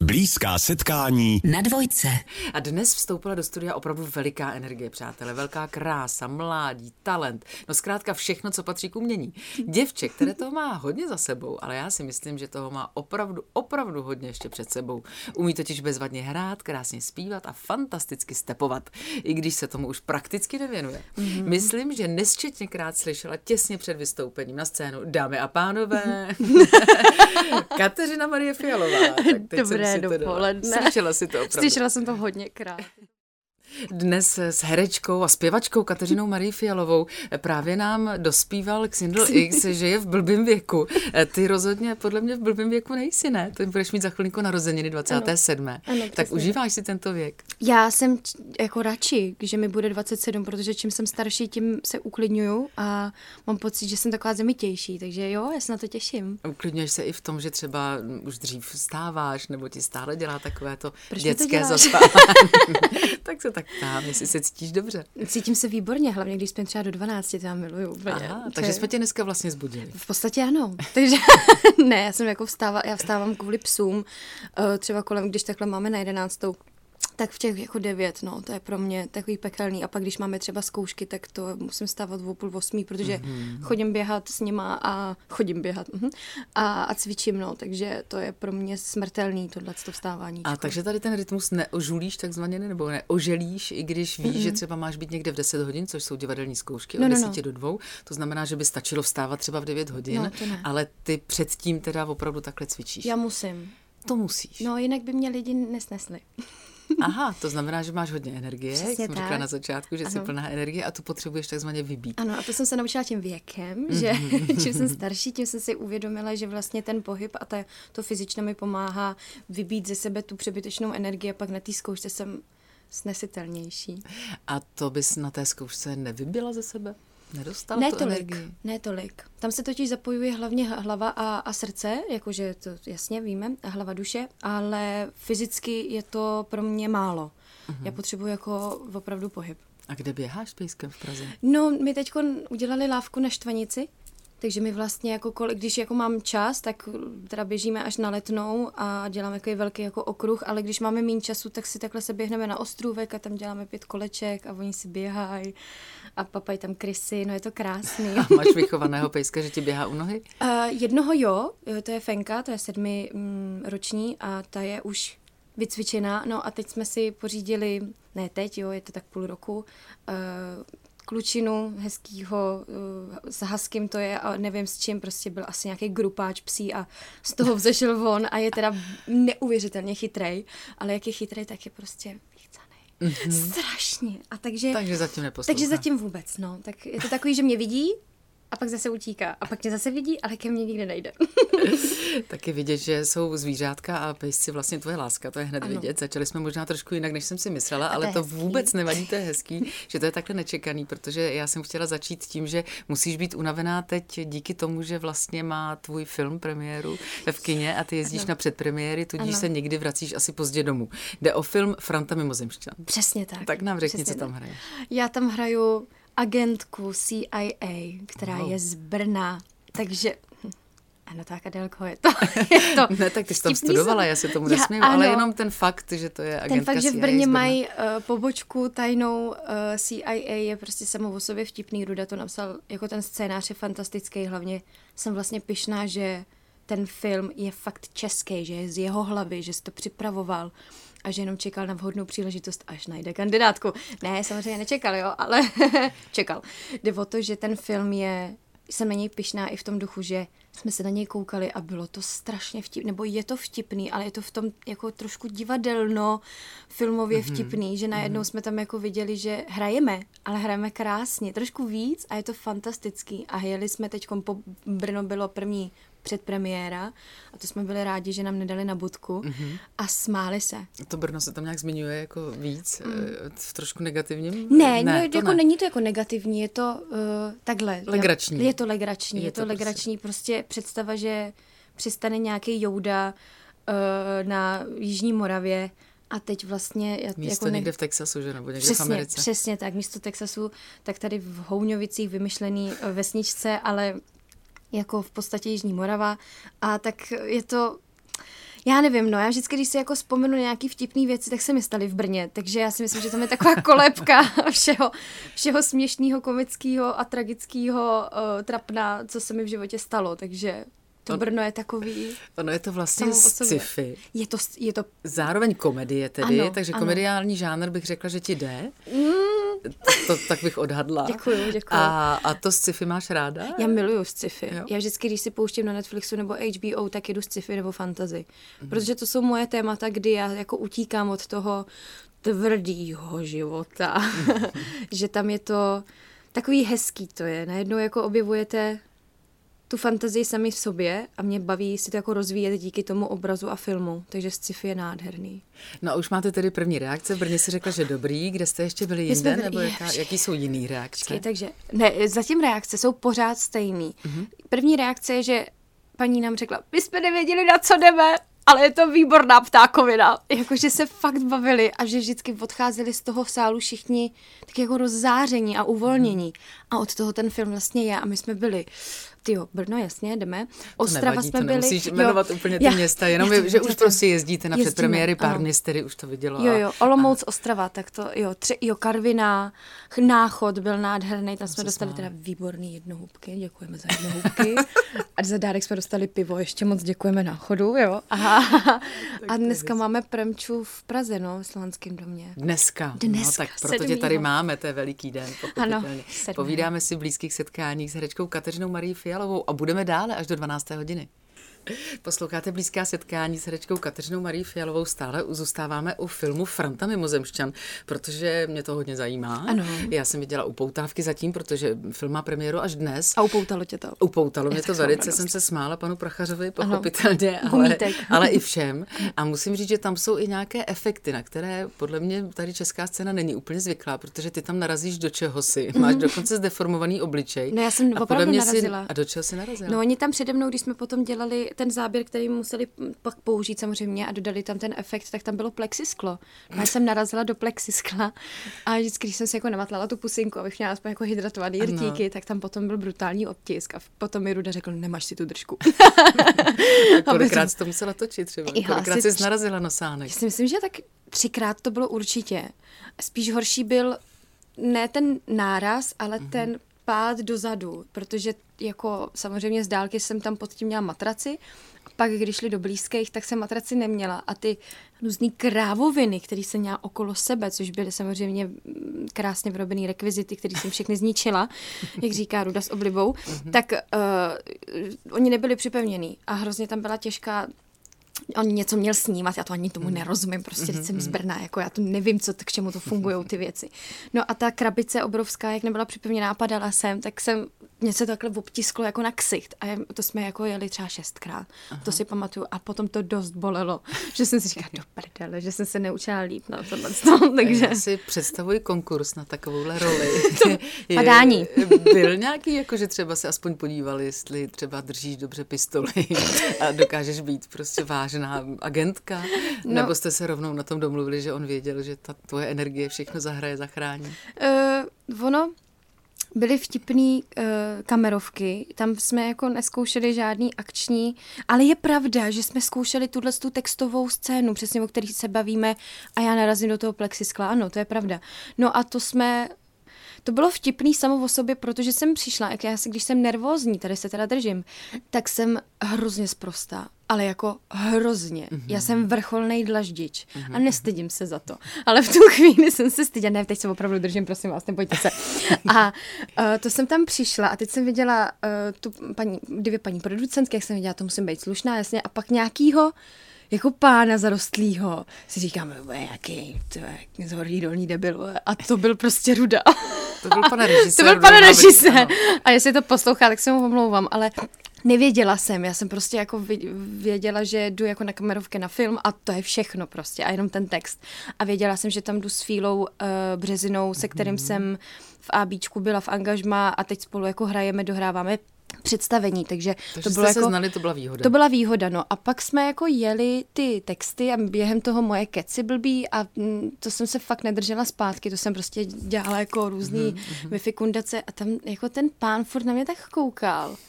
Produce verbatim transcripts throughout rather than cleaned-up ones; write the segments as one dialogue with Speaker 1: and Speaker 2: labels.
Speaker 1: Blízká setkání
Speaker 2: na dvojce.
Speaker 3: A dnes vstoupila do studia opravdu veliká energie, přátelé, velká krása, mládí, talent, no zkrátka všechno, co patří k umění. Děvče, které toho má hodně za sebou, ale já si myslím, že toho má opravdu, opravdu hodně ještě před sebou. Umí totiž bezvadně hrát, krásně zpívat a fantasticky stepovat, i když se tomu už prakticky nevěnuje. Mm-hmm. Myslím, že nesčetněkrát slyšela těsně před vystoupením na scénu: dámy a pánové, Kateřina Marie Fialová. Tak teď
Speaker 4: Dobré dopoledne.
Speaker 3: Slyšela si to opravdu.
Speaker 4: Slyšela jsem to hodněkrát.
Speaker 3: Dnes s herečkou a zpěvačkou Kateřinou Marí Fialovou právě nám dospíval Xindl X, že je v blbým věku. Ty rozhodně podle mě v blbým věku nejsi, ne? Ty budeš mít za chvilinku narozeniny dvacátého sedmého Ano, ano, tak užíváš si tento věk?
Speaker 4: Já jsem jako radši, že mi bude dvacet sedm, protože čím jsem starší, tím se uklidňuju a mám pocit, že jsem taková zemitější, takže jo, já se na to těším.
Speaker 3: Uklidňuješ se i v tom, že třeba už dřív vstáváš, nebo ti stále dělá takové to
Speaker 4: Proč
Speaker 3: dětské
Speaker 4: to
Speaker 3: zaspávání? Tak se tak ptám, jestli se cítíš dobře.
Speaker 4: Cítím se výborně, hlavně když jsme třeba do dvanácti, to já miluju úplně.
Speaker 3: Aha, takže jsme tě dneska vlastně zbudili.
Speaker 4: V podstatě ano. Takže ne, já jsem jako vstává, já vstávám kvůli psům, třeba kolem, když takhle máme na jedenáctou, tak v těch jako devět, no, to je pro mě takový pekelný. A pak, když máme třeba zkoušky, tak to musím stávat v půl osmí, protože mm-hmm. chodím běhat s nima a chodím běhat uh-huh, a, a cvičím, no, takže to je pro mě smrtelný, tohleto vstávání.
Speaker 3: A takže tady ten rytmus neožulíš takzvaně, nebo neoželíš, i když víš, mm-hmm. že třeba máš být někde v deset hodin, což jsou divadelní zkoušky, od no, no, deseti no. do dvou, to znamená, že by stačilo vstávat třeba v devět hodin,
Speaker 4: no,
Speaker 3: ale ty předtím teda opravdu takhle cvičíš.
Speaker 4: Já musím.
Speaker 3: To musíš.
Speaker 4: No, jinak by mě lidi nesnesli.
Speaker 3: Aha, to znamená, že máš hodně energie,
Speaker 4: Přesně
Speaker 3: jak jsem
Speaker 4: tak.
Speaker 3: řekla na začátku, že
Speaker 4: ano.
Speaker 3: jsi plná energie a tu potřebuješ takzvaně vybít.
Speaker 4: Ano, a to jsem se naučila tím věkem, že čím jsem starší, tím jsem si uvědomila, že vlastně ten pohyb a ta, to fyzično mi pomáhá vybít ze sebe tu přebytečnou energii a pak na té zkoušce jsem snesitelnější.
Speaker 3: A to bys na té zkoušce nevybila ze sebe? Nedostal
Speaker 4: ne
Speaker 3: tu
Speaker 4: tolik,
Speaker 3: energii?
Speaker 4: Ne tolik. Tam se totiž zapojuje hlavně hlava a, a srdce, jakože to jasně víme, hlava, duše, ale fyzicky je to pro mě málo. Uh-huh. Já potřebuji jako opravdu pohyb.
Speaker 3: A kde běháš s pejskem v Praze?
Speaker 4: No, my teď udělali lávku na Štvanici, takže my vlastně, jako když jako mám čas, tak teda běžíme až na Letnou a děláme takový velký jako okruh, ale když máme méně času, tak si takhle se běhneme na Ostrůvek a tam děláme pět koleček a oni si běhají a papají tam krysy, no je to krásný.
Speaker 3: A máš vychovaného pejska, že ti běhá u nohy?
Speaker 4: Uh, jednoho jo, to je Fenka, to je sedmi mm, roční a ta je už vycvičená, no a teď jsme si pořídili, ne teď, jo, je to tak půl roku, uh, klučinu hezkýho, uh, s haským to je a nevím s čím, prostě byl asi nějaký grupáč psí a z toho vzešel von a je teda neuvěřitelně chytrej, ale jak je chytrej, tak je prostě vychcanej. Mm-hmm. Strašně. A takže,
Speaker 3: takže zatím neposlouchá.
Speaker 4: Takže zatím vůbec, no. Tak je to takový, že mě vidí a pak zase utíká. A pak mě zase vidí, ale ke mně nikdy nejde.
Speaker 3: Taky vidět, že jsou zvířátka a pejsci vlastně tvoje láska, to je hned ano. vidět. Začali jsme možná trošku jinak, než jsem si myslela, ale to, to vůbec nevadí, to je hezký, že to je takhle nečekaný, protože já jsem chtěla začít tím, že musíš být unavená teď díky tomu, že vlastně má tvůj film premiéru v kině a ty jezdíš ano. na předpremiéry, tudíž ano. se někdy vracíš asi pozdě domů. Jde o film Franta mimozemšťan.
Speaker 4: Přesně tak.
Speaker 3: Tak nám řekni,
Speaker 4: Přesně
Speaker 3: co tam
Speaker 4: tak.
Speaker 3: hraješ.
Speaker 4: Já tam hraju agentku C I A, která wow. je z Brna, takže... Ano, tak Adelko, je to... Je to
Speaker 3: ne, tak ty jsi tam studovala, já se tomu nesmím, ale jenom ten fakt, že to je agentka
Speaker 4: Ten fakt, že v
Speaker 3: C I
Speaker 4: Brně
Speaker 3: A
Speaker 4: mají uh, pobočku tajnou uh, C I A je prostě samou o sobě vtipný. Ruda to napsal, jako ten scénář je fantastický, hlavně jsem vlastně pyšná, že ten film je fakt český, že je z jeho hlavy, že jsi to připravoval a že jenom čekal na vhodnou příležitost, až najde kandidátku. Ne, samozřejmě nečekal, jo, ale čekal. Jde o to, že ten film je, jsem na něj pyšná i v tom duchu, že jsme se na něj koukali a bylo to strašně vtipný, nebo je to vtipný, ale je to v tom jako trošku divadelno, filmově mm-hmm. vtipný, že najednou mm-hmm. jsme tam jako viděli, že hrajeme, ale hrajeme krásně, trošku víc a je to fantastický. A jeli jsme teď, po Brno bylo první předpremiéra a to jsme byli rádi, že nám nedali na budku mm-hmm. a smáli se.
Speaker 3: To Brno se tam nějak zmiňuje jako víc, mm. v trošku negativním?
Speaker 4: Ne, ne to jako ne. Není to jako negativní, je to uh, takhle.
Speaker 3: Legrační.
Speaker 4: Je to legrační, je, je to, to legrační, prostě. prostě představa, že přistane nějaký Jouda uh, na Jižní Moravě a teď vlastně...
Speaker 3: Místo jako ne... někde v Texasu, že? Nebo někde
Speaker 4: přesně,
Speaker 3: v Americe.
Speaker 4: Přesně tak, místo Texasu, tak tady v Houňovicích vymyšlený vesničce, ale jako v podstatě Jižní Morava a tak je to... Já nevím, no já vždycky, když si jako vzpomenu nějaký vtipný věci, tak se mi staly v Brně, takže já si myslím, že tam je taková kolébka všeho, všeho směšného, komického a tragického uh, trapna, co se mi v životě stalo, takže to on, Brno je takový...
Speaker 3: Ono je to vlastně sci-fi.
Speaker 4: Je to, je to...
Speaker 3: Zároveň komedie tedy, ano, takže ano. Komediální žánr bych řekla, že ti jde. Mm. To, to, tak bych odhadla.
Speaker 4: Děkuju, děkuju.
Speaker 3: A, a to sci-fi máš ráda?
Speaker 4: Já miluju sci-fi. Jo? Já vždycky, když si pouštím na Netflixu nebo H B O, tak jedu sci-fi nebo fantasy. Mm. Protože to jsou moje témata, kdy já jako utíkám od toho tvrdýho života. Mm. Že tam je to takový hezký to je. Najednou jako objevujete tu fantazii sami v sobě a mě baví si to jako rozvíjet díky tomu obrazu a filmu, takže sci-fi je nádherný.
Speaker 3: No a už máte tedy první reakce, v Brně si řekla, že dobrý, kde jste ještě byli jinde, byli, nebo jaká, jaký jsou jiný reakce?
Speaker 4: Počkej, takže ne, zatím reakce jsou pořád stejný. Mm-hmm. První reakce je, že paní nám řekla, my jsme nevěděli, na co jdeme, ale je to výborná ptákovina. Jakože se fakt bavili a že vždycky odcházeli z toho sálu všichni tak jako rozzáření a uvolnění. A od toho ten film vlastně je a my jsme byli, tyjo, Brno, jasně, jdeme. Ostrava
Speaker 3: nevadí,
Speaker 4: jsme
Speaker 3: to
Speaker 4: byli.
Speaker 3: Nemusíš jmenovat jo, úplně ty já, města, jenom je, že už prostě jezdíte na předpremiéry, pár měst, který už to vidělo.
Speaker 4: Jo, jo, Olomouc, a... Ostrava, tak to, jo, tři, jo, Karviná, Náchod byl nádherný, tam jsme dostali teda výborný jednohubky, děkujeme za jednohubky. A za dárek jsme dostali pivo, ještě moc děkujeme Náchodu, jo. Aha. A dneska máme premču v Praze, no, v Slovanském domě.
Speaker 3: Dneska,
Speaker 4: dneska
Speaker 3: no, tak proto tě tady máme, to je veliký den,
Speaker 4: ano,
Speaker 3: povídáme si v blízkých setkáních s herečkou Kateřinou Marií Fialovou a budeme dále až do dvanácté hodiny. Posloucháte Blízká setkání s herečkou Kateřinou Marií Fialovou. Stále zůstáváme u filmu Franta mimozemšťan, protože mě to hodně zajímá.
Speaker 4: Ano.
Speaker 3: Já jsem viděla upoutávky zatím, protože film má premiéru až dnes.
Speaker 4: A upoutalo tě to?
Speaker 3: Upoutalo mě to velice, jsem se smála panu Prachařovi, pochopitelně, ale, ale i všem. A musím říct, že tam jsou i nějaké efekty, na které podle mě tady česká scéna není úplně zvyklá, protože ty tam narazíš do čehosi. Máš dokonce zdeformovaný obličej.
Speaker 4: No já jsem opravdu narazila.
Speaker 3: Si, a do čeho si narazila?
Speaker 4: No oni tam přede mnou, když jsme potom dělali ten záběr, který museli pak použít samozřejmě a dodali tam ten efekt, tak tam bylo plexisklo. Já jsem narazila do plexiskla a vždycky, když jsem si jako namatlala tu pusinku, abych měla aspoň jako hydratovaný rtíky, tak tam potom byl brutální obtisk a potom mi Ruda řekl, nemáš si tu držku.
Speaker 3: Kolikrát jsi to musela točit třeba? Kolikrát jsi narazila nosánek?
Speaker 4: Já si myslím, že tak třikrát to bylo určitě. Spíš horší byl ne ten náraz, ale mm-hmm. ten pád dozadu, protože jako samozřejmě z dálky jsem tam pod tím měla matraci a pak, když šli do blízkých, tak jsem matraci neměla a ty různý krávoviny, které jsem měla okolo sebe, což byly samozřejmě krásně vyrobený rekvizity, které jsem všechny zničila, jak říká Ruda s oblibou, mm-hmm. tak uh, oni nebyli připevněný a hrozně tam byla těžká. On něco měl snímat, já to ani tomu nerozumím, prostě mm-hmm. jsem z Brna, jako já to nevím, co, k čemu to fungují ty věci. No a ta krabice obrovská, jak nebyla připevněná, padala jsem, tak jsem něco takhle obtisklo jako na ksicht a to jsme jako jeli třeba šestkrát, Aha. to si pamatuju a potom to dost bolelo, že jsem si říkala do prdele, že jsem se neučila líp na tohle, takže...
Speaker 3: Já si představuji konkurs na takovouhle roli.
Speaker 4: Padání.
Speaker 3: Byl nějaký, jako že třeba se aspoň podívali, jestli třeba držíš dobře pistoli a dokážeš být prostě vážná agentka, no. Nebo jste se rovnou na tom domluvili, že on věděl, že ta tvoje energie všechno zahraje, zachrání?
Speaker 4: Uh, ono... Byly vtipný uh, kamerovky, tam jsme jako neskoušeli žádný akční, ale je pravda, že jsme zkoušeli tuhle tu textovou scénu, přesně o který se bavíme a já narazím do toho plexiskla, ano, to je pravda. No a to jsme, to bylo vtipný samo o sobě, protože jsem přišla, jak já si, když jsem nervózní, tady se teda držím, tak jsem hrozně sprostá. Ale jako hrozně. Mm-hmm. Já jsem vrcholnej dlaždič mm-hmm. a nestydím se za to. Ale v tu chvíli jsem se styděla. Ne, teď se opravdu držím, prosím vás, nebojte se. A uh, to jsem tam přišla a teď jsem viděla uh, tu paní, dvě paní producentky, jak jsem viděla, to musím být slušná, jasně. A pak nějakýho jako pána zarostlýho si říkám, jaký, to je zhorlý dolní debil. A to byl prostě Ruda.
Speaker 3: To byl pan režisér.
Speaker 4: To byl pan režisér. A jestli to poslouchá, tak se mu omlouvám, ale nevěděla jsem, já jsem prostě jako věděla, že jdu jako na kamerovky na film a to je všechno prostě a jenom ten text. A věděla jsem, že tam jdu s Fílou uh, Březinou, se kterým mm. jsem v ABčku byla v angažmá a teď spolu jako hrajeme, dohráváme představení, takže,
Speaker 3: takže
Speaker 4: to bylo
Speaker 3: jste
Speaker 4: jako,
Speaker 3: se znali, to byla výhoda.
Speaker 4: To byla výhoda, no. A pak jsme jako jeli ty texty a během toho moje keci blbý a to jsem se fakt nedržela zpátky, to jsem prostě dělala jako různý mm-hmm. vyfikundace a tam jako ten pán furt na mě tak koukal.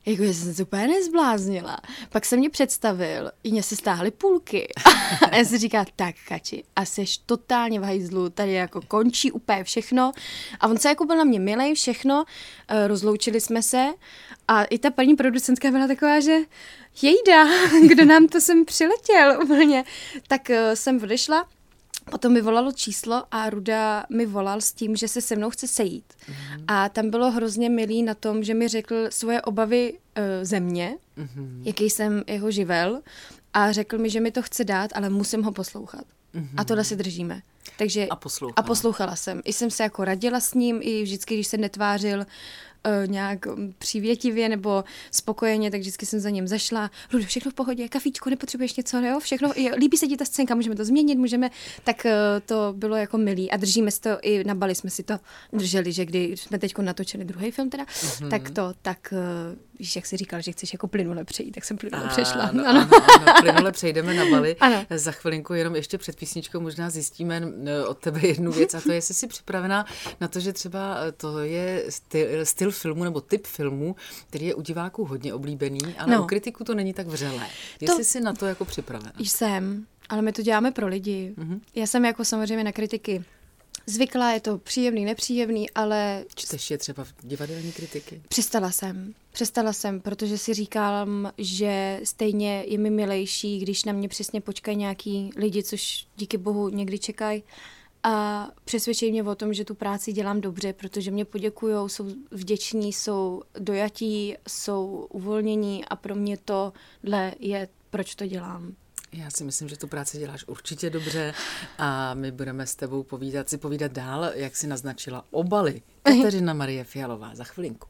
Speaker 4: Jako, že jsem se úplně nezbláznila. Pak se mě představil, i mě se stáhly půlky. A já si říká, tak Kači, a seš totálně v hajzlu, tady jako končí úplně všechno. A on se jako byl na mě milej, všechno, rozloučili jsme se a i ta paní producentka byla taková, že jejda, kdo nám to sem přiletěl úplně. Tak jsem odešla. Potom mi volalo číslo a Ruda mi volal s tím, že se se mnou chce sejít. Mm-hmm. A tam bylo hrozně milý na tom, že mi řekl svoje obavy uh, ze mě, mm-hmm. jaký jsem jeho živel a řekl mi, že mi to chce dát, ale musím ho poslouchat. Mm-hmm. A tohle si držíme. Takže,
Speaker 3: a poslouchala.
Speaker 4: A poslouchala jsem. I jsem se jako radila s ním, i vždycky, když se netvářil uh, nějak přívětivě nebo spokojeně, tak vždycky jsem za ním zašla. Rudo, všechno v pohodě, kafíčko, nepotřebuješ něco, jo? Všechno, líbí se ti ta scénka, můžeme to změnit, můžeme, tak uh, to bylo jako milý a držíme si to, i na Bali jsme si to drželi, že když jsme teď natočili druhý film teda, mm-hmm. tak to, tak uh, víš, jak jsi říkal, že chceš jako plynule přejít, tak jsem plynule přešla.
Speaker 3: Ano, ano. Ano, ano, plynule přejdeme na Bali. Ano. Za chvilinku jenom ještě před písničkou možná zjistíme od tebe jednu věc a to je, jestli jsi připravená na to, že třeba to je styl, styl filmu nebo typ filmu, který je u diváků hodně oblíbený, ale no. u kritiků to není tak vřelé. Jestli to... jsi na to jako připravená?
Speaker 4: Jsem, ale my to děláme pro lidi. Mm-hmm. Já jsem jako samozřejmě na kritiky zvyklá, je to příjemný, nepříjemný, ale...
Speaker 3: Čteš je třeba v divadelní kritiky?
Speaker 4: Přestala jsem. Přestala jsem, protože si říkám, že stejně je mi milejší, když na mě přesně počkají nějaký lidi, což díky bohu někdy čekají, a přesvědčí mě o tom, že tu práci dělám dobře, protože mě poděkujou, jsou vděční, jsou dojatí, jsou uvolnění a pro mě tohle je, proč to dělám.
Speaker 3: Já si myslím, že tu práci děláš určitě dobře a my budeme s tebou povídat, si povídat dál, jak si naznačila, o Bali. Kateřina Marie Fialová, za chvilinku.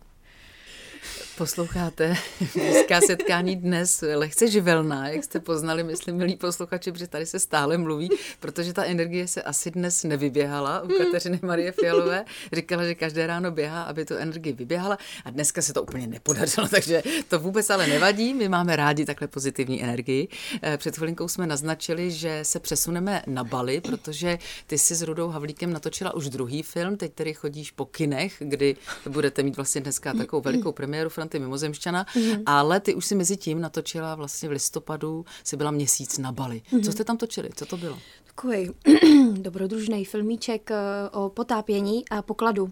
Speaker 3: Posloucháte blízká setkání dnes lehce živelná, jak jste poznali, myslím, milí posluchači, protože tady se stále mluví, protože ta energie se asi dnes nevyběhala u Kateřiny Marie Fialové. Říkala, že každé ráno běhá, aby tu energii vyběhala a dneska se to úplně nepodařilo, takže to vůbec ale nevadí, my máme rádi takhle pozitivní energii. Před chvilinkou jsme naznačili, že se přesuneme na Bali, protože ty jsi s Rudou Havlíkem natočila už druhý film, teď tedy chodíš po kinech, kdy budete mít vlastně dneska takovou velikou premiéru Franty Mimozemšťana, mm. ale ty už si mezi tím natočila vlastně v listopadu, si byla měsíc na Bali. Mm. Co jste tam točili? Co to bylo?
Speaker 4: Takový dobrodružný filmíček o potápění a pokladu.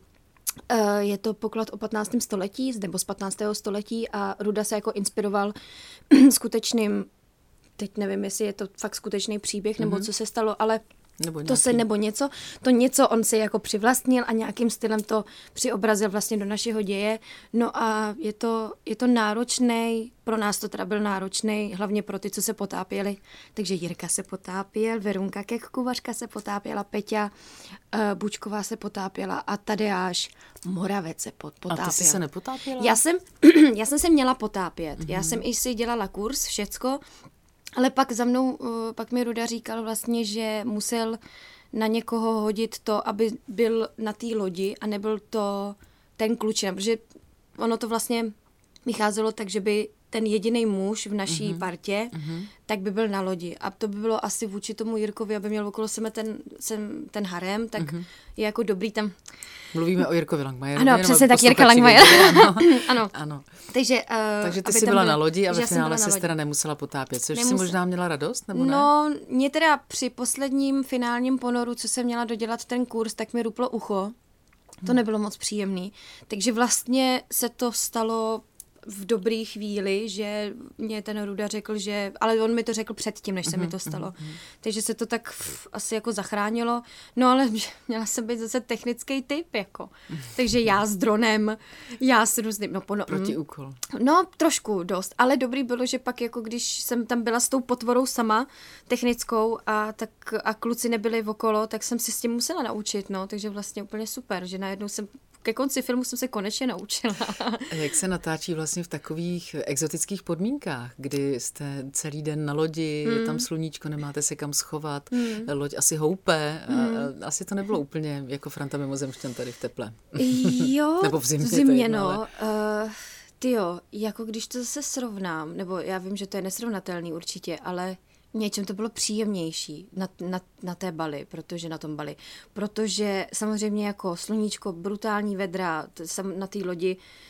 Speaker 4: Je to poklad o patnáctém století, nebo z patnáctého století a Ruda se jako inspiroval skutečným, teď nevím, jestli je to fakt skutečný příběh, nebo mm. co se stalo, ale Nebo to se nebo něco, to něco on si jako přivlastnil a nějakým stylem to přiobrazil vlastně do našeho děje. No a je to, je to náročný, pro nás to teda byl náročný, hlavně pro ty, co se potápěli. Takže Jirka se potápěl, Verunka Kekkuvařka se potápěla, Peťa uh, Bučková se potápěla a Tadeáš Moravec se potápěl.
Speaker 3: A ty jsi se nepotápěla?
Speaker 4: Já jsem, já jsem se měla potápět. Mm-hmm. Já jsem i si dělala kurz, všecko. Ale pak za mnou, pak mi Ruda říkal vlastně, že musel na někoho hodit to, aby byl na té lodi a nebyl to ten klučem, protože ono to vlastně vycházelo tak, že by ten jediný muž v naší mm-hmm. partě, mm-hmm. tak by byl na lodi. A to by bylo asi vůči tomu Jirkovi, aby měl okolo sebe ten, ten, ten harem, tak mm-hmm. je jako dobrý tam...
Speaker 3: Mluvíme o Jirkovi Langmajerovi.
Speaker 4: Ano, přesně tak, Jirka Langmajer.
Speaker 3: Ano.
Speaker 4: ano.
Speaker 3: ano.
Speaker 4: Takže, uh,
Speaker 3: Takže ty jsi byla byl, na lodi a ve finále se
Speaker 4: lodi.
Speaker 3: teda nemusela potápět. Což
Speaker 4: Nemusel.
Speaker 3: jsi možná měla radost, nebo ne?
Speaker 4: No, mě teda při posledním finálním ponoru, co jsem měla dodělat ten kurz, tak mi ruplo ucho. To hmm. nebylo moc příjemný. Takže vlastně se to stalo v dobré chvíli, že mě ten Ruda řekl, že... Ale on mi to řekl předtím, než se mm-hmm, mi to stalo. Mm-hmm. Takže se to tak f, asi jako zachránilo. No ale měla jsem být zase technický typ, jako. Takže já s dronem, já s různým... No, no,
Speaker 3: Protiúkol.
Speaker 4: No, trošku dost. Ale dobrý bylo, že pak jako když jsem tam byla s tou potvorou sama, technickou, a, tak, a kluci nebyli okolo, tak jsem si s tím musela naučit, no. Takže vlastně úplně super, že najednou jsem... Ke konci filmu jsem se konečně naučila.
Speaker 3: A jak se natáčí vlastně v takových exotických podmínkách, kdy jste celý den na lodi, mm. je tam sluníčko, nemáte se kam schovat, mm. loď asi houpe, mm. a asi to nebylo úplně jako Franta Mimozemšťan tady v teple.
Speaker 4: Jo,
Speaker 3: nebo v zimě.
Speaker 4: V zimě, no. Ale... Uh, tyjo, jako když to zase srovnám, nebo já vím, že to je nesrovnatelný určitě, ale něčem to bylo příjemnější na, na, na té Bali, protože na tom Bali. Protože samozřejmě jako sluníčko, brutální vedra, t- jsem na té lodi,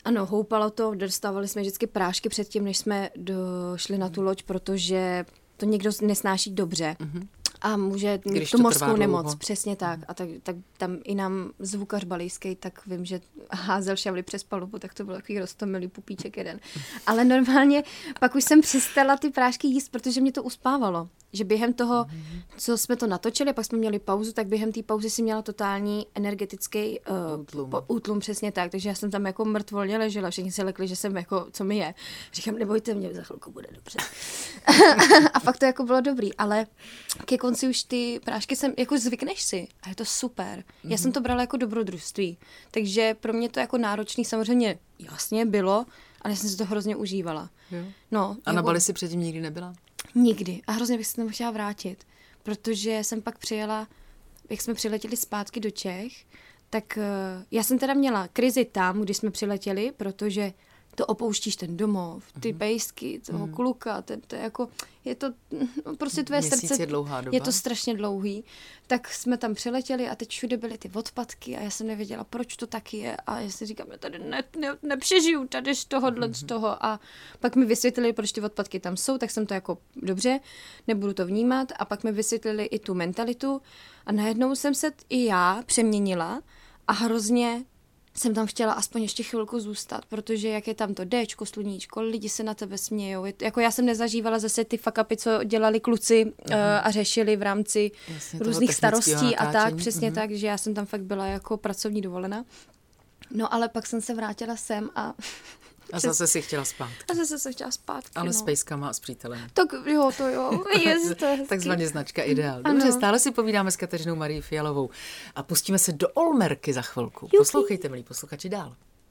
Speaker 4: Ano, houpalo to, dostávali jsme vždycky prášky předtím, než jsme došli na tu loď, protože to někdo nesnáší dobře. Mm-hmm. A může mít Když tu morskou nemoc, přesně tak. A tak, tak tam i nám zvukař balijský, tak vím, že házel šavly přes palubu, tak to byl takový roztomilý pupíček jeden. Ale normálně pak už jsem přestala ty prášky jíst, protože mě to uspávalo. Že během toho, co jsme to natočili, pak jsme měli pauzu, tak během té pauzy si měla totální energetický uh, útlum. Po, útlum, přesně tak. Takže já jsem tam jako mrtvolně ležela, všichni si lekli, že jsem jako, co mi je. Říkám, nebojte mě, za chvilku bude dobře. A fakt to jako bylo dobrý, ale ke konci už ty prášky jsem, jako zvykneš si a je to super. Mm-hmm. Já jsem to brala jako dobrodružství, takže pro mě to jako náročný samozřejmě jasně bylo, ale já jsem si to hrozně užívala.
Speaker 3: Jo.
Speaker 4: No,
Speaker 3: a
Speaker 4: jako...
Speaker 3: na Bali si předtím nikdy nebyla?
Speaker 4: Nikdy. A hrozně bych se tam chtěla vrátit, protože jsem pak přijela, jak jsme přiletěli zpátky do Čech, tak uh, já jsem teda měla krizi tam, když jsme přiletěli, protože to opouštíš ten domov, ty mm. pejsky, toho mm. kluka, to, to je jako, je to, no, prostě tvé
Speaker 3: Měsíc
Speaker 4: srdce,
Speaker 3: je dlouhá doba.
Speaker 4: Je to strašně dlouhý. Tak jsme tam přiletěli a teď všude byly ty odpadky a já jsem nevěděla, proč to taky je a já si říkám, já tady ne, ne, nepřežiju tady z tohohle, mm. z toho a pak mi vysvětlili, proč ty odpadky tam jsou, tak jsem to jako, dobře, nebudu to vnímat a pak mi vysvětlili i tu mentalitu a najednou jsem se i já přeměnila a hrozně jsem tam chtěla aspoň ještě chvilku zůstat, protože jak je tam to déčko, sluníčko, lidi se na tebe smějou. Je to, jako já jsem nezažívala zase ty fuck-upy, co dělali kluci uh, a řešili v rámci Jasně, různých starostí natáčení. A tak, přesně uh-huh. tak, že já jsem tam fakt byla jako pracovní dovolena. No ale pak jsem se vrátila sem a...
Speaker 3: A zase si chtěla spát.
Speaker 4: A zase se chtěla spát.
Speaker 3: Ale
Speaker 4: no.
Speaker 3: s pejskama a s přítelem.
Speaker 4: Tak jo, to jo. Yes, to je
Speaker 3: takzvaně značka Ideál. Dobře, ano. Stále si povídáme s Kateřinou Marií Fialovou a pustíme se do Olmerky za chvilku. Jupi. Poslouchejte, milí posluchači, dál.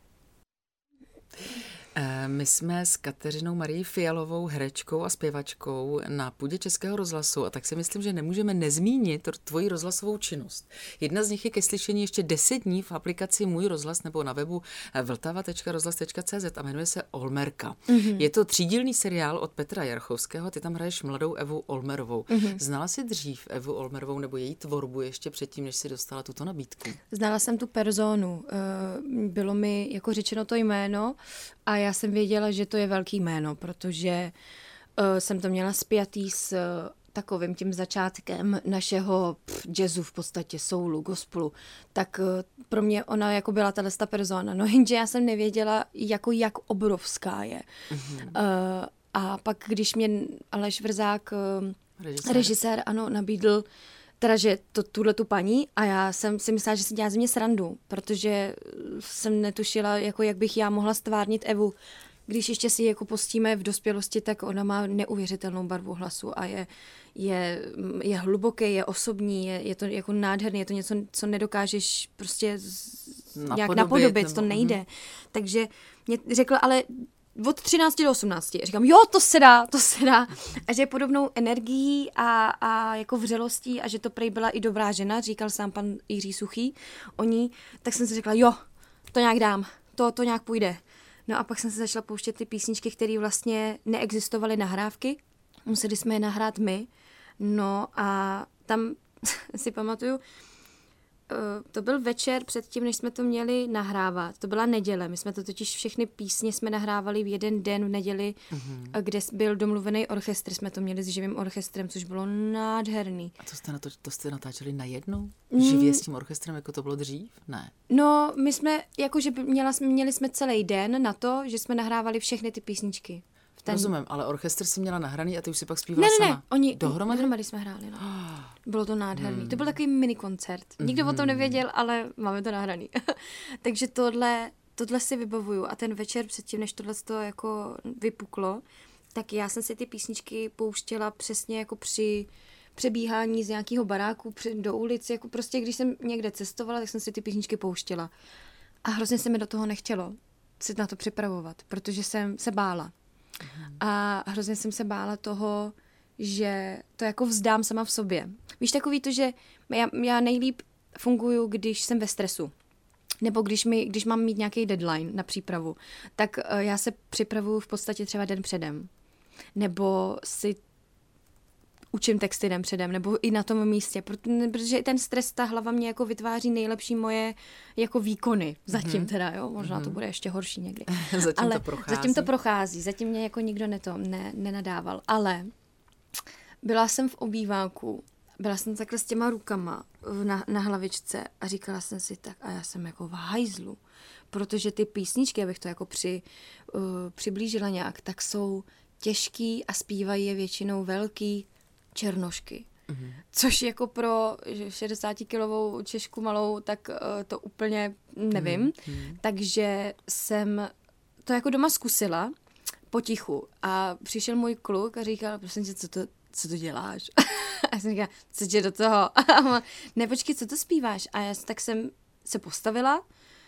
Speaker 3: My jsme s Kateřinou Marií Fialovou, herečkou a zpěvačkou na půdě Českého rozhlasu a tak si myslím, že nemůžeme nezmínit tvoji rozhlasovou činnost. Jedna z nich je ke slyšení ještě deset dní v aplikaci Můj rozhlas nebo na webu vltava tečka rozhlas tečka cé zet a jmenuje se Olmerka. Mm-hmm. Je to třídílný seriál od Petra Jarchovského, ty tam hraješ mladou Evu Olmerovou. Mm-hmm. Znala jsi dřív Evu Olmerovou nebo její tvorbu ještě předtím, než jsi dostala tuto nabídku?
Speaker 4: Znala jsem tu personu. Bylo mi jako řečeno to jméno a já jsem věděla, že to je velký jméno, protože uh, jsem to měla spjatý s uh, takovým tím začátkem našeho pff, jazzu v podstatě, soulu, gospelu. Tak uh, pro mě ona jako byla tato persona. No jenže já jsem nevěděla, jako jak obrovská je. Mm-hmm. Uh, a pak, když mě Aleš Vrzák, uh, režisér. režisér, ano, nabídl teda, že to tuhle tu paní a já jsem si myslela, že si dělá ze mě srandu, protože jsem netušila, jako jak bych já mohla stvárnit Evu. Když ještě si jako pustíme v dospělosti, tak ona má neuvěřitelnou barvu hlasu a je, je, je hluboký, je osobní, je, je to jako nádherný, je to něco, co nedokážeš prostě napodobit, nějak napodobit, nebo... to nejde. Mm. Takže mě řekla, ale od třinácti do osmnácti. Říkám, jo, to se dá, to se dá. A že je podobnou energií a, a jako vřelostí a že to prej byla i dobrá žena, říkal sám pan Jiří Suchý o ní, tak jsem si řekla, jo, to nějak dám, to, to nějak půjde. No a pak jsem se začala pouštět ty písničky, které vlastně neexistovaly nahrávky. Museli jsme je nahrát my. No a tam si pamatuju, to byl večer předtím, než jsme to měli nahrávat. To byla neděle. My jsme to totiž všechny písně jsme nahrávali v jeden den v neděli, mm-hmm. kde byl domluvený orchestr. Jsme to měli s živým orchestrem, což bylo nádherný. A
Speaker 3: to jste, na to, to jste natáčeli najednou? Živě s tím orchestrem, jako to bylo dřív? Ne.
Speaker 4: No, my jsme, jakože měla, měli jsme celý den na to, že jsme nahrávali všechny ty písničky.
Speaker 3: Ten... Rozumím, ale orchestr si měla nahraný a ty už si pak zpívala
Speaker 4: ne, ne,
Speaker 3: sama.
Speaker 4: Ne, oni
Speaker 3: dohromady?
Speaker 4: Dohromady jsme hráli, no. Bylo to nádherný. Hmm. To byl takový mini koncert. Nikdo hmm. o tom nevěděl, ale máme to nahraný. Takže tohle, tohle si vybavuju. A ten večer předtím, než tohle to jako vypuklo, tak já jsem si ty písničky pouštěla přesně jako při přebíhání z nějakého baráku při, do ulic. Jako prostě, když jsem někde cestovala, tak jsem si ty písničky pouštěla. A hrozně se mi do toho nechtělo si na to připravovat, protože jsem se bála. A hrozně jsem se bála toho, že to jako vzdám sama v sobě. Víš, takový to, že já, já nejlíp funguju, když jsem ve stresu. Nebo když, mi, když mám mít nějaký deadline na přípravu, tak uh, já se připravuju v podstatě třeba den předem. Nebo si učím texty den předem, nebo i na tom místě, protože ten stres, ta hlava mě jako vytváří nejlepší moje jako výkony. Zatím mm-hmm. teda, jo, možná mm-hmm. to bude ještě horší někdy.
Speaker 3: zatím
Speaker 4: ale
Speaker 3: to prochází.
Speaker 4: Zatím to prochází, zatím mě jako nikdo neto, ne, nenadával, ale byla jsem v obýváku, byla jsem takhle s těma rukama na, na hlavičce a říkala jsem si tak, a já jsem jako v hajzlu, protože ty písničky, abych to jako při, uh, přiblížila nějak, tak jsou těžký a zpívají je většinou velký černošky. Mm-hmm. Což jako pro šedesátikilovou Češku malou, tak uh, to úplně nevím. Mm-hmm. Takže jsem to jako doma zkusila potichu a přišel můj kluk a říkal, prosím tě, co to, co to děláš? A já jsem říkala, co tě do toho? Ne, počkej, co to zpíváš? A já tak jsem se postavila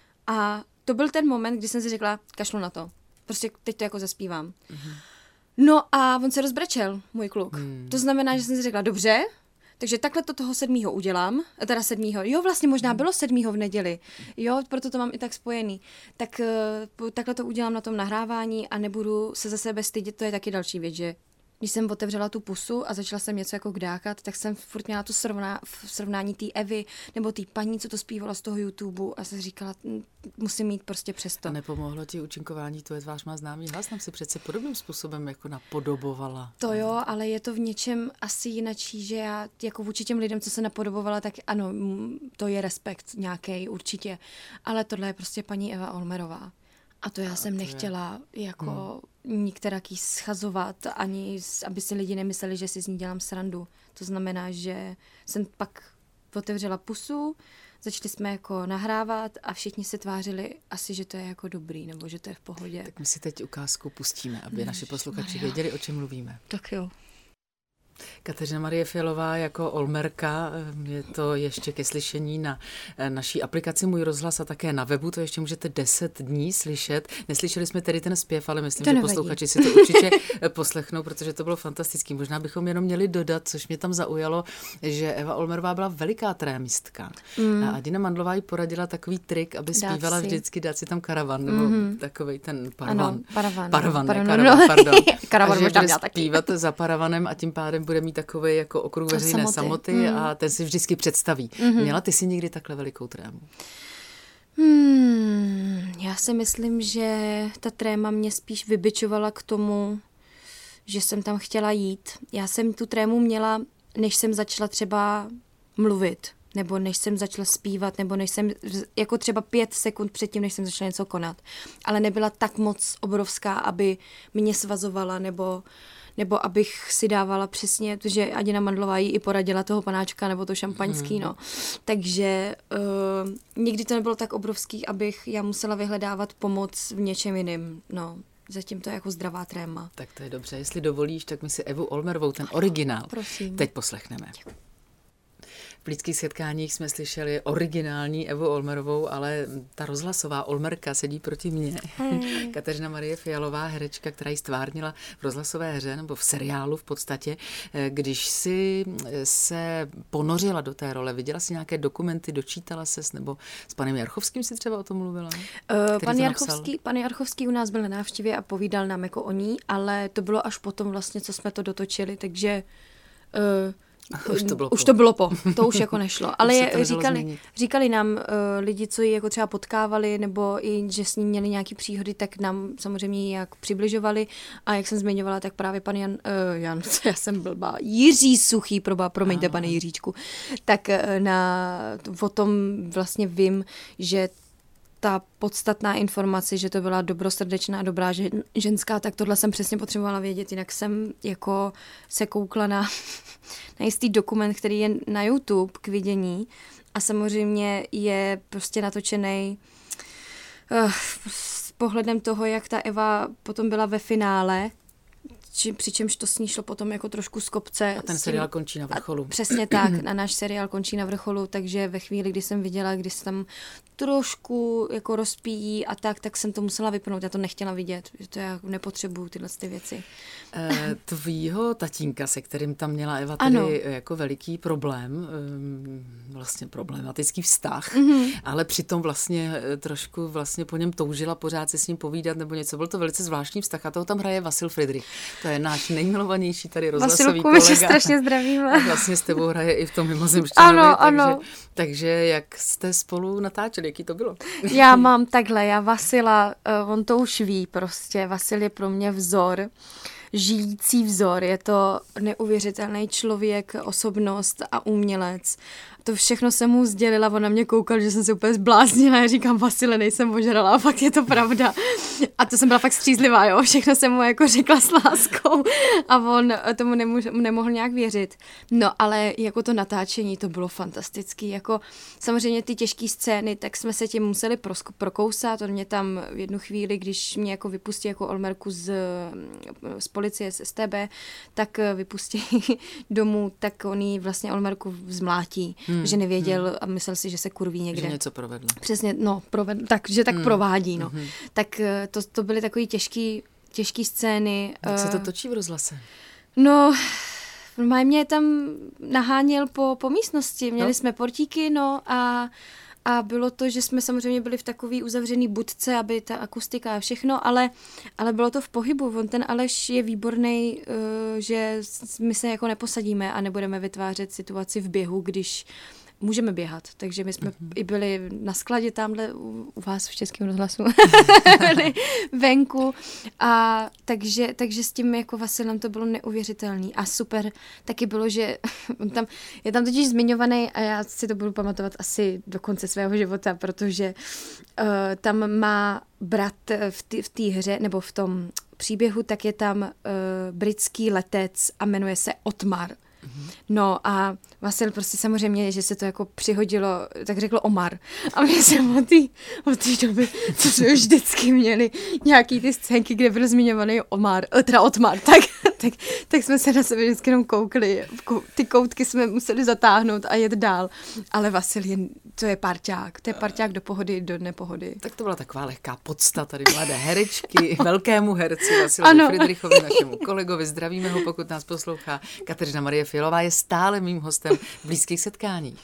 Speaker 4: a to byl ten moment, kdy jsem si řekla, kašlu na to. Prostě teď to jako zaspívám. Mm-hmm. No a on se rozbrečel, můj kluk. Mm. To znamená, že jsem si řekla, dobře, takže takhle to toho sedmýho udělám, teda sedmýho, jo, vlastně možná bylo sedmýho v neděli, jo, proto to mám i tak spojený. Tak uh, takhle to udělám na tom nahrávání a nebudu se za sebe stydět, to je taky další věc, že když jsem otevřela tu pusu a začala jsem něco jako kdákat, tak jsem furt měla to srovná, v srovnání té Evy nebo té paní, co to zpívala z toho YouTube a jsem říkala, musím mít prostě přesto.
Speaker 3: A nepomohlo ti účinkování, tvoje tvář má známý hlas, nám si přece podobným způsobem jako napodobovala.
Speaker 4: To jo, ale je to v něčem asi jinačí, že já jako vůči těm lidem, co se napodobovala, tak ano, to je respekt nějaký určitě, ale tohle je prostě paní Eva Olmerová. A to já a jsem to nechtěla je... jako hmm. nikteraký schazovat, ani aby si lidi nemysleli, že si z ní dělám srandu. To znamená, že jsem pak otevřela pusu, začali jsme jako nahrávat a všichni se tvářili asi, že to je jako dobrý, nebo že to je v pohodě.
Speaker 3: Tak my si teď ukázku pustíme, aby naši posluchači věděli, o čem mluvíme.
Speaker 4: Tak jo.
Speaker 3: Kateřina Marie Fialová jako Olmerka, je to ještě ke slyšení na naší aplikaci Můj rozhlas a také na webu, to ještě můžete deset dní slyšet. Neslyšeli jsme tedy ten zpěv, ale myslím, to že nevadí. Posluchači si to určitě poslechnou, protože to bylo fantastický. Možná bychom jenom měli dodat, což mě tam zaujalo, že Eva Olmerová byla veliká trémistka. Mm. A Dina Mandlová jí poradila takový trik, aby zpívala vždycky, dát si tam karavan, nebo mm. takovej ten paravan.
Speaker 4: Ano, paravan.
Speaker 3: Paravan,
Speaker 4: no,
Speaker 3: ne, karavan, no. Pardon.
Speaker 4: Karavan
Speaker 3: a že bude zpívat za paravanem a tím pádem bude mít takový jako okruh veřejné samoty, samoty mm. a ten si vždycky představí. Mm-hmm. Měla ty si někdy takhle velikou trému?
Speaker 4: Hmm, já si myslím, že ta tréma mě spíš vybičovala k tomu, že jsem tam chtěla jít. Já jsem tu trému měla, než jsem začala třeba mluvit, nebo než jsem začala zpívat, nebo než jsem, jako třeba pět sekund předtím, než jsem začala něco konat. Ale nebyla tak moc obrovská, aby mě svazovala, nebo nebo abych si dávala přesně, protože Adina Mandlová jí i poradila toho panáčka nebo to šampaňský, mm. no. Takže uh, nikdy to nebylo tak obrovský, abych já musela vyhledávat pomoc v něčem jiným, no. Zatím to je jako zdravá tréma.
Speaker 3: Tak to je dobře, jestli dovolíš, tak my si Evu Olmerovou, ten originál,
Speaker 4: prosím,
Speaker 3: teď poslechneme. V Lidských setkáních jsme slyšeli originální Evu Olmerovou, ale ta rozhlasová Olmerka sedí proti mně. Hey. Kateřina Marie Fialová, herečka, která ji stvárnila v rozhlasové hře nebo v seriálu v podstatě. Když si se ponořila do té role, viděla si nějaké dokumenty, dočítala ses, nebo s panem Jarchovským si třeba o tom mluvila?
Speaker 4: Uh, pan, Jarchovský, pan Jarchovský u nás byl na návštěvě a povídal nám jako o ní, ale to bylo až potom vlastně, co jsme to dotočili, takže... Uh,
Speaker 3: Už to bylo
Speaker 4: už
Speaker 3: po.
Speaker 4: to bylo po, to už jako nešlo. Ale je, říkali, říkali nám uh, lidi, co ji jako třeba potkávali, nebo i, že s ní měli nějaký příhody, tak nám samozřejmě jak přibližovali. A jak jsem zmiňovala, tak právě pan Jan, uh, Jan, já jsem blbá, Jiří Suchý, proba, promiňte, pane Jiříčku, tak uh, na, o tom vlastně vím, že ta podstatná informace, že to byla dobrosrdečná, dobrá ženská, tak tohle jsem přesně potřebovala vědět, jinak jsem jako se koukla na, na jistý dokument, který je na YouTube k vidění a samozřejmě je prostě natočený uh, s pohledem toho, jak ta Eva potom byla ve finále, či, přičemž to s ní šlo potom jako trošku z kopce.
Speaker 3: A ten seriál končí na vrcholu.
Speaker 4: A přesně tak, a náš seriál končí na vrcholu, takže ve chvíli, kdy jsem viděla, když se tam trošku jako rozpíjí a tak, tak jsem to musela vypnout. Já to nechtěla vidět, že to já nepotřebuju tyhle ty věci.
Speaker 3: E, tvýho tatínka, se kterým tam měla Eva tedy ano. jako veliký problém, vlastně problematický vztah, mm-hmm. ale přitom vlastně trošku vlastně po něm toužila pořád se s ním povídat nebo něco. Byl to velice zvláštní vztah a toho tam hraje Vasil Fridrich. To To je náš nejmilovanější tady rozhlasový
Speaker 4: kolega.
Speaker 3: Vasilku,
Speaker 4: strašně zdravíme.
Speaker 3: A vlastně s tebou hraje i v tom Mimozemšťanovi.
Speaker 4: Ano,
Speaker 3: takže,
Speaker 4: ano.
Speaker 3: Takže jak jste spolu natáčeli, jaký to bylo?
Speaker 4: Já mám takhle, já Vasila, uh, on to už ví prostě, Vasil je pro mě vzor, žijící vzor, je to neuvěřitelný člověk, osobnost a umělec. To všechno jsem mu sdělila, on na mě koukal, že jsem se úplně zbláznila, já říkám, Vasile, nejsem ožrala, a fakt je to pravda. A to jsem byla fakt střízlivá, jo, všechno jsem mu jako řekla s láskou a on tomu nemůže, nemohl nějak věřit. No, ale jako to natáčení, to bylo fantastický, jako samozřejmě ty těžké scény, tak jsme se tím museli prosk- prokousat, on mě tam v jednu chvíli, když mě jako vypustí jako Olmerku z, z policie, z S T B, tak vypustí domů, tak on jí vlastně Olmerku zmlátí. Hmm. Že nevěděl hmm. a myslel si, že se kurví někde.
Speaker 3: Že něco provedl.
Speaker 4: Přesně, no, provedl, tak, že tak hmm. provádí, no. Hmm. Tak to, to byly takový těžký, těžký scény.
Speaker 3: Jak se to točí v rozhlase?
Speaker 4: No, mě tam naháněl po, po místnosti. Měli no. jsme portíky, no, a A bylo to, že jsme samozřejmě byli v takový uzavřený budce, aby ta akustika a všechno, ale, ale bylo to v pohybu. On ten Aleš je výborný, že my se jako neposadíme a nebudeme vytvářet situaci v běhu, když můžeme běhat. Takže my jsme mm-hmm. i byli na skladě tamhle u, u vás v Českém rozhlasu venku. A takže, takže s tím jako Vasilem to bylo neuvěřitelný. A super taky bylo, že on tam, je tam totiž zmiňovaný a já si to budu pamatovat asi do konce svého života, protože uh, tam má brat v té hře, nebo v tom příběhu, tak je tam uh, britský letec a jmenuje se Otmar. No a Vasil prostě samozřejmě, že se to jako přihodilo, tak řekl Omar. A my jsme od té od té doby, co jsme už vždycky měli nějaký ty scénky, kde byl zmiňovaný Omar, teda Otmar, tak, tak, tak jsme se na sebe vždycky jenom koukli. Ty koutky jsme museli zatáhnout a jet dál. Ale Vasil je, to je parťák, to je parťák do pohody, do nepohody.
Speaker 3: Tak to byla taková lehká podsta tady mladé herečky, velkému herci Vasilovi Fridrichovi, našemu kolegovi. Zdravíme ho, pokud nás poslouchá. Kateřina Marie Fialová je stále mým hostem v Blízkých setkáních.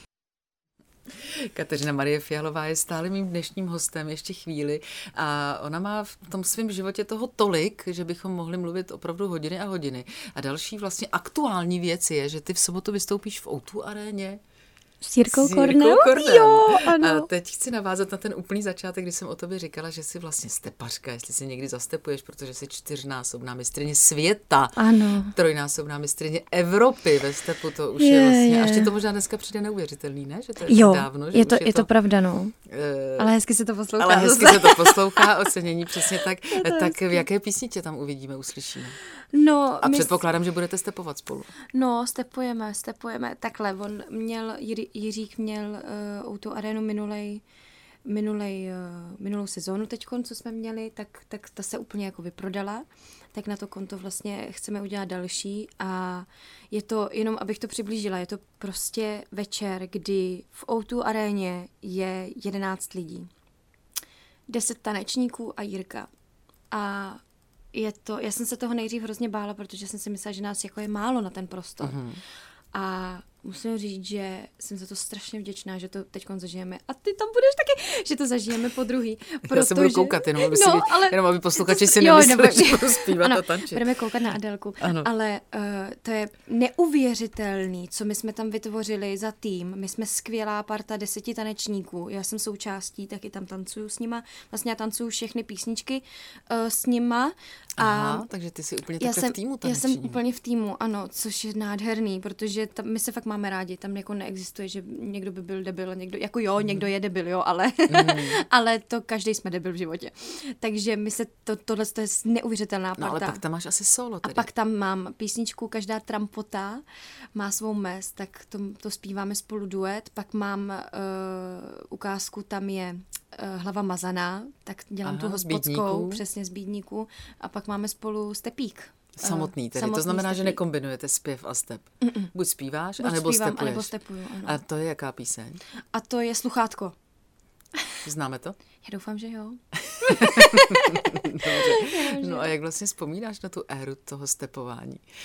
Speaker 3: Kateřina Marie Fialová je stále mým dnešním hostem ještě chvíli a ona má v tom svém životě toho tolik, že bychom mohli mluvit opravdu hodiny a hodiny. A další vlastně aktuální věc je, že ty v sobotu vystoupíš v ó dva aréně.
Speaker 4: S Jirkou Kornem? Jo, ano.
Speaker 3: A teď chci navázat na ten úplný začátek, kdy jsem o tobě říkala, že jsi vlastně stepařka, jestli si někdy zastepuješ, protože jsi čtyřnásobná mistryně světa.
Speaker 4: Ano.
Speaker 3: Trojnásobná mistryně Evropy ve stepu, to už je, je vlastně, až ti to možná dneska přijde neuvěřitelný, ne? Že to je
Speaker 4: jo,
Speaker 3: dávno. Že
Speaker 4: je to,
Speaker 3: je,
Speaker 4: je to, to pravda, no.
Speaker 3: Uh,
Speaker 4: ale hezky se to poslouchá.
Speaker 3: Ale hezky se to poslouchá, ocenění přesně tak. Tak v jaké písni tě tam uvidíme, uslyšíme?
Speaker 4: No,
Speaker 3: a my... předpokládám, že budete stepovat spolu.
Speaker 4: No, stepujeme, stepujeme. Takhle, on měl, Jiří, Jiřík měl uh, o tu arénu minulej, minulej, uh, minulou sezónu teďkon, co jsme měli, tak, tak ta se úplně jako vyprodala. Tak na to konto vlastně chceme udělat další a je to, jenom abych to přiblížila, je to prostě večer, kdy v ó dva aréně je jedenáct lidí. deset tanečníků a Jirka. A je to, já jsem se toho nejdřív hrozně bála, protože jsem si myslela, že nás jako je málo na ten prostor. Mm-hmm. A musím říct, že jsem za to strašně vděčná, že to teď zažijeme. A ty tam budeš taky, že to zažijeme po druhý. Protože... Já
Speaker 3: se budu koukat, jenom aby,
Speaker 4: no,
Speaker 3: si,
Speaker 4: ale...
Speaker 3: jenom aby posluchači si nemysleli, že budu zpívat
Speaker 4: ano,
Speaker 3: a tančit.
Speaker 4: Budeme koukat na Adélku. Ano. Ale uh, to je neuvěřitelný, co my jsme tam vytvořili za tým. My jsme skvělá parta deseti tanečníků. Já jsem součástí, taky tam tancuju s nima. Vlastně já tancuju všechny písničky uh, s nima.
Speaker 3: Aha, a takže ty jsi úplně takhle jsem, v týmu taneční.
Speaker 4: Já jsem úplně v týmu, ano, což je nádherný, protože tam, my se fakt máme rádi, tam jako neexistuje, že někdo by byl debil, někdo, jako jo, mm. někdo je debil, jo, ale, mm. ale to každý jsme debil v životě. Takže my se, to, tohle to je neuvěřitelná parta.
Speaker 3: No ale pak tam máš asi solo tedy.
Speaker 4: A pak tam mám písničku, každá trampota má svou mes, tak to, to zpíváme spolu duet, pak mám uh, ukázku, tam je uh, Hlava mazaná, tak dělám Aha, tu hospodskou, přesně z Bídníku, a pak máme spolu Stepík.
Speaker 3: Samotný tedy,
Speaker 4: Samotný
Speaker 3: to znamená,
Speaker 4: stepík.
Speaker 3: Že nekombinujete zpěv a step. Mm-mm. Buď zpíváš,
Speaker 4: Buď
Speaker 3: anebo
Speaker 4: zpívám,
Speaker 3: stepuješ.
Speaker 4: Anebo stepuju, ano.
Speaker 3: A to je jaká píseň?
Speaker 4: A to je Sluchátko.
Speaker 3: Známe to?
Speaker 4: Já doufám, že jo.
Speaker 3: Dobře. No a jak vlastně vzpomínáš na tu éru toho stepování?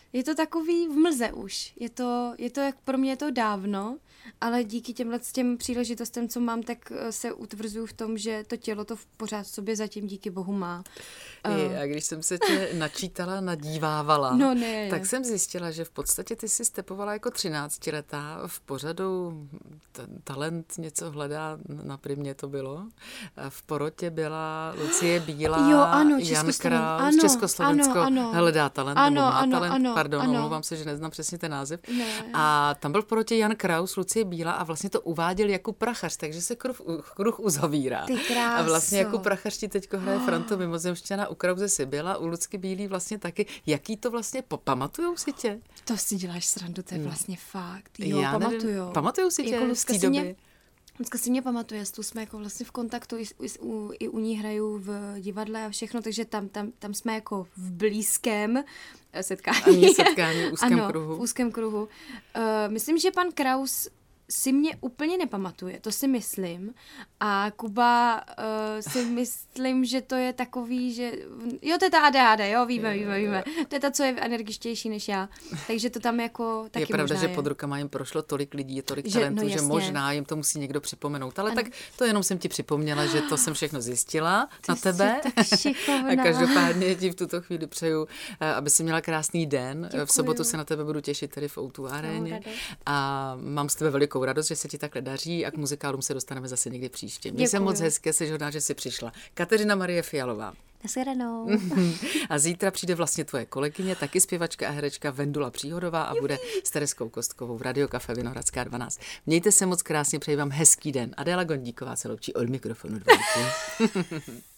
Speaker 4: je to takový v mlze už. Je to, je to jak pro mě je to dávno, ale díky těmhle těm příležitostem, co mám, tak se utvrzuju v tom, že to tělo to v pořád v sobě zatím díky bohu má.
Speaker 3: I, a když jsem se tě načítala, nadívávala,
Speaker 4: no, ne,
Speaker 3: tak jsem zjistila, že v podstatě ty jsi stepovala jako třináctiletá v pořadu Talent něco hledá, na Primě to bylo. V porotě byla Lucie Bílá,
Speaker 4: jo, ano,
Speaker 3: Jan Král,
Speaker 4: ano,
Speaker 3: Československo
Speaker 4: ano, ano.
Speaker 3: hledá talent,
Speaker 4: ano,
Speaker 3: nebo má
Speaker 4: ano,
Speaker 3: talent,
Speaker 4: ano,
Speaker 3: pardon,
Speaker 4: ano.
Speaker 3: omlouvám se, že neznám přesně ten název.
Speaker 4: Ne.
Speaker 3: A tam byl v porotě Jan Kraus, Lucie Bílá a vlastně to uváděl Jakub Prachař, takže se kruh, kruh uzavírá.
Speaker 4: Ty kráso.
Speaker 3: A vlastně Jakub Prachař ti teďko hraje oh. Frantu mimozemšťana, u Krause si byla, u Lucky Bílý vlastně taky. Jaký to vlastně, pamatujou si tě?
Speaker 4: To si děláš srandu, to je vlastně fakt. Jo,
Speaker 3: Já
Speaker 4: pamatujou.
Speaker 3: Pamatujou si tě
Speaker 4: jako
Speaker 3: z té doby?
Speaker 4: Mě, Lucka si mě pamatuje, s tou jsme jako vlastně v kontaktu, i, i, u, i u ní hraju v divadle a všechno, takže tam, tam, tam jsme jako v blízkém setkání.
Speaker 3: Ani setkání v úzkém
Speaker 4: ano,
Speaker 3: kruhu.
Speaker 4: v úzkém kruhu. Uh, myslím, že pan Kraus si mě úplně nepamatuje, to si myslím. A Kuba uh, si myslím, že to je takový, že... Jo, to je ta A D H D, jo, víme, víme, víme. To je ta, co je energičtější než já. Takže to tam jako taky
Speaker 3: je pravda,
Speaker 4: možná
Speaker 3: že
Speaker 4: je.
Speaker 3: pod rukama jim prošlo tolik lidí, tolik
Speaker 4: Že-
Speaker 3: talentů,
Speaker 4: no
Speaker 3: že
Speaker 4: jasně.
Speaker 3: možná jim to musí někdo připomenout. Ale
Speaker 4: Ano.
Speaker 3: tak to jenom jsem ti připomněla, že to jsem všechno zjistila
Speaker 4: Ty
Speaker 3: na
Speaker 4: jsi
Speaker 3: tebe.
Speaker 4: tak šikovná.
Speaker 3: A každopádně ti v tuto chvíli přeju, eh, aby si měla krásný den.
Speaker 4: Děkuju.
Speaker 3: V sobotu se na tebe budu těšit tady v O dva aréně.
Speaker 4: radost.
Speaker 3: A mám z tebe velikou radost, že se ti takhle daří a k muzikálům se dostaneme zase někdy příště. Měj se
Speaker 4: Děkuju.
Speaker 3: moc hezké, jsi hodná, že jsi přišla. Kateřina Marie Fialová.
Speaker 4: Nashledanou.
Speaker 3: A zítra přijde vlastně tvoje kolegyně, taky zpěvačka a herečka Vendula Příhodová a bude s Tereskou Kostkovou v Radio Café Vinohradská dvanáct. Mějte se moc krásně, přeji vám hezký den. Adéla Gondíková se loučí od mikrofonu dvojky.